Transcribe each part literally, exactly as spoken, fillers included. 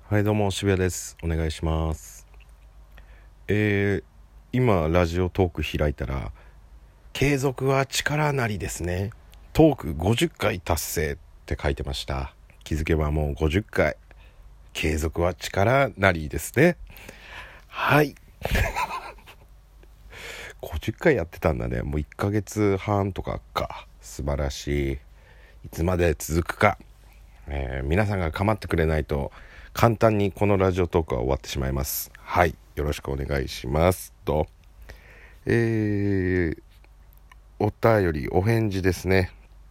はい、どうも渋谷です。お願いします。えー、今ラジオトーク開いたら、継続は力なりですね、トークごじゅっかい達成って書いてました。気づけばもうごじゅっかい。継続は力なりですね。はい。ごじゅっかいやってたんだね。もういっかげつはんとかか。素晴らしい。いつまで続くか、えー、皆さんが構ってくれないと簡単にこのラジオトークは終わってしまいます。はい、よろしくお願いしますと、えー、お便りお返事ですね。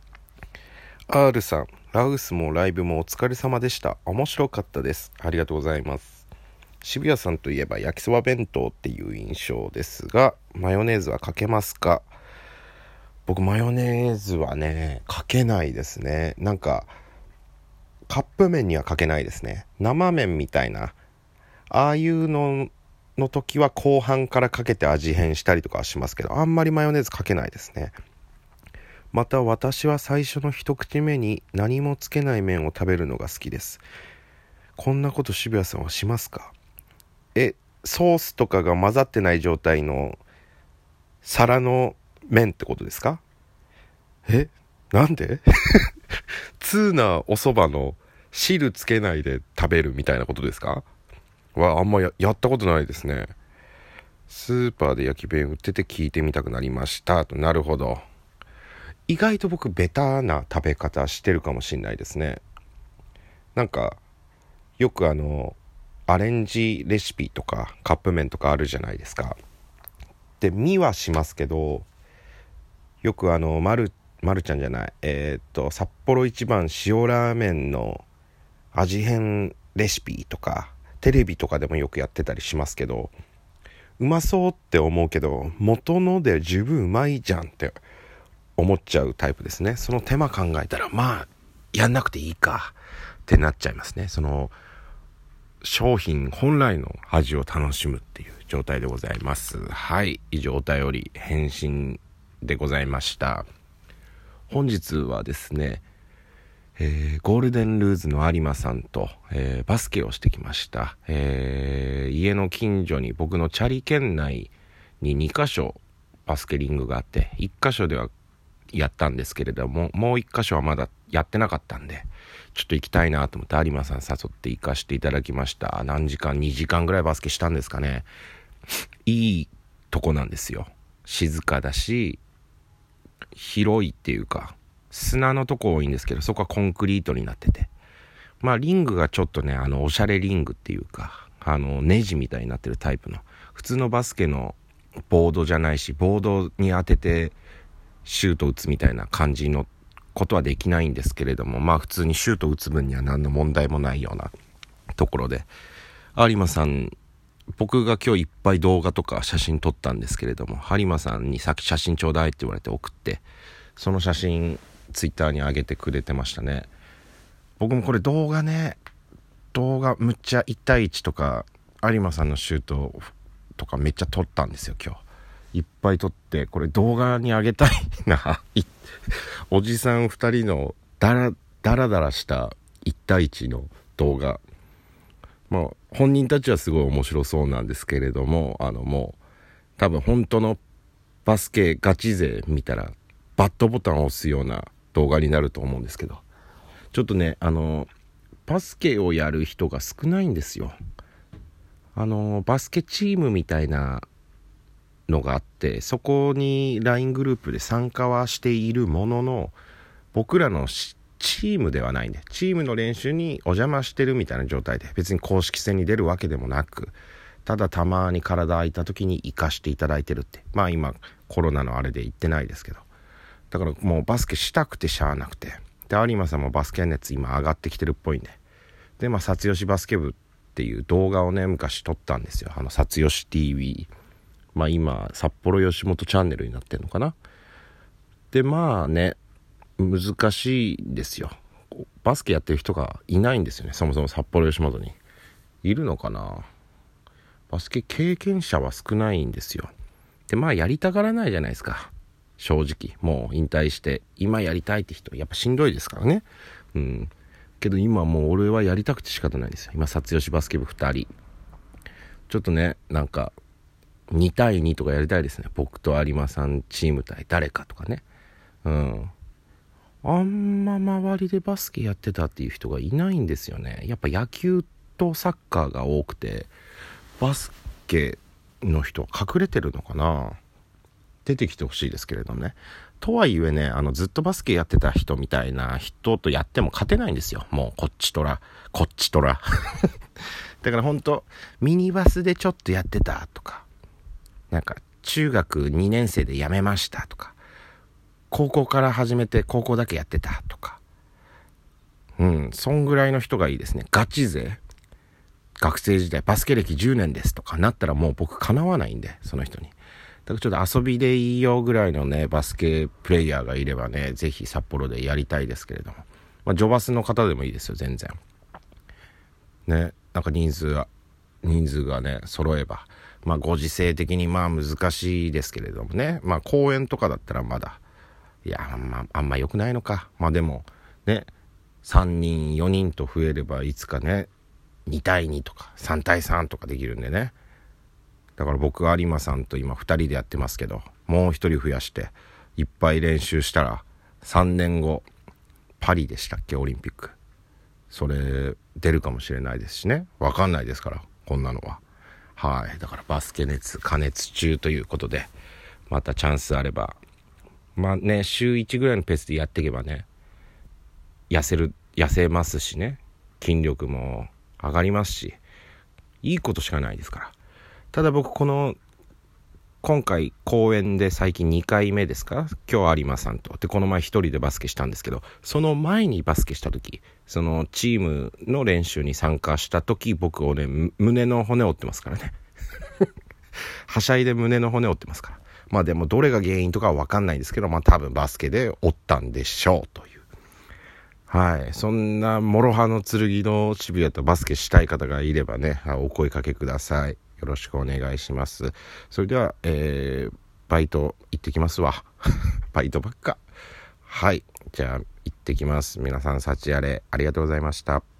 R さん、ラウスもライブもお疲れ様でした。面白かったです。ありがとうございます。渋谷さんといえば焼きそば弁当っていう印象ですが、マヨネーズはかけますか？僕マヨネーズはねかけないですね。なんかカップ麺にはかけないですね。生麺みたいなああいうのの時は後半からかけて味変したりとかはしますけど、あんまりマヨネーズかけないですね。また私は最初の一口目に何もつけない麺を食べるのが好きです。こんなこと渋谷さんはしますか？えソースとかが混ざってない状態の皿の麺ってことですか？えなんで通なお蕎麦の汁つけないで食べるみたいなことですか？はあんま や, やったことないですね。スーパーで焼き弁売ってて聞いてみたくなりましたと。なるほど。意外と僕ベタな食べ方してるかもしれないですね。なんかよくあのアレンジレシピとかカップ麺とかあるじゃないですか。で見はしますけど、よくあのまるまるちゃんじゃないえー、っと札幌一番塩ラーメンの味変レシピとかテレビとかでもよくやってたりしますけど、うまそうって思うけど元ので十分うまいじゃんって思っちゃうタイプですね。その手間考えたらまあやんなくていいかってなっちゃいますね。その商品本来の味を楽しむっていう状態でございます。はい、以上お便り返信でございました。本日はですね、えー、ゴールデンルーズの有馬さんと、えー、バスケをしてきました。えー、家の近所に僕のチャリ圏内ににかしょバスケリングがあって、いっかしょではやったんですけれども、もういっかしょはまだやってなかったんで、ちょっと行きたいなと思って有馬さん誘って行かしていただきました。何時間にじかんぐらいバスケしたんですかね。いいとこなんですよ。静かだし広いっていうか、砂のとこ多いんですけど、そこはコンクリートになってて、まあリングがちょっとね、あのおしゃれリングっていうか、あのネジみたいになってるタイプの、普通のバスケのボードじゃないし、ボードに当ててシュート打つみたいな感じのことはできないんですけれども、まあ普通にシュート打つ分には何の問題もないようなところで、有馬さん、僕が今日いっぱい動画とか写真撮ったんですけれども、有馬さんにさっき写真ちょうだいって言われて送って、その写真ツイッターに上げてくれてましたね。僕もこれ動画ね、動画むっちゃいち対いちとか有馬さんのシュートとかめっちゃ撮ったんですよ。今日いっぱい撮って、これ動画に上げたいなおじさんふたりのダラダラダラしたいち対いちの動画、まあ本人たちはすごい面白そうなんですけれども、あのもう多分本当のバスケガチ勢見たらバットボタンを押すような動画になると思うんですけど、ちょっとね、あのバスケをやる人が少ないんですよ。あのバスケチームみたいなのがあって、そこに ライン グループで参加はしているものの、僕らのチームではないんで、チームの練習にお邪魔してるみたいな状態で、別に公式戦に出るわけでもなく、ただたまに体空いた時に行かしていただいてるって、まあ今コロナのあれで行ってないですけど、だからもうバスケしたくてしゃあなくて、で有馬さんもバスケ熱今上がってきてるっぽいんで、でまあ札吉バスケ部っていう動画をね昔撮ったんですよ。あの札吉 ティーブイ、 まあ今札幌吉本チャンネルになってるのかな。でまあね、難しいですよ。バスケやってる人がいないんですよね。そもそも札幌吉本にいるのかな。バスケ経験者は少ないんですよ。でまあやりたがらないじゃないですか、正直。もう引退して今やりたいって人やっぱしんどいですからね。うん。 けど今もう俺はやりたくて仕方ないんですよ。今札吉バスケ部ふたりちょっとね、なんかに対にとかやりたいですね。僕と有馬さんチーム対誰かとかね。うんあんま周りでバスケやってたっていう人がいないんですよね。やっぱ野球とサッカーが多くて、バスケの人は隠れてるのかな。出てきてほしいですけれどね。とはいえね、あのずっとバスケやってた人みたいな人とやっても勝てないんですよ。もうこっちとらこっちとらだからほんとミニバスでちょっとやってたとか、なんか中学にねん生で辞めましたとか、高校から始めて高校だけやってたとか、うんそんぐらいの人がいいですね。ガチ勢、学生時代バスケ歴じゅうねんですとかなったらもう僕かなわないんで、その人に。だからちょっと遊びでいいよぐらいのねバスケプレイヤーがいればね、ぜひ札幌でやりたいですけれども、まあジョバスの方でもいいですよ、全然ね。なんか人数が人数がね揃えば、まあご時世的にまあ難しいですけれどもね、まあ公園とかだったらまだいやあんまあんま良くないのか。まあでもねさんにんよにんと増えればいつかねに対にとかさん対さんとかできるんでね。だから僕は有馬さんと今ふたりでやってますけど、もうひとり増やしていっぱい練習したらさんねんごパリでしたっけ、オリンピック、それ出るかもしれないですしね。わかんないですからこんなのは。はい、だからバスケ熱加熱中ということで、またチャンスあればまあね週いちぐらいのペースでやっていけばね痩せる痩せますしね、筋力も上がりますし、いいことしかないですから。ただ僕この今回公演で最近にかいめですか、今日有馬さんとでこの前一人でバスケしたんですけど、その前にバスケした時、そのチームの練習に参加した時、僕をね胸の骨折ってますからねはしゃいで胸の骨折ってますから。まあでもどれが原因とかは分かんないですけど、まあ多分バスケで折ったんでしょうという、はい、そんな諸刃の剣の渋谷とバスケしたい方がいればね、お声かけください。よろしくお願いします。それでは、えー、バイト行ってきますわバイトばっか。はい、じゃあ行ってきます。皆さん幸あれありがとうございました。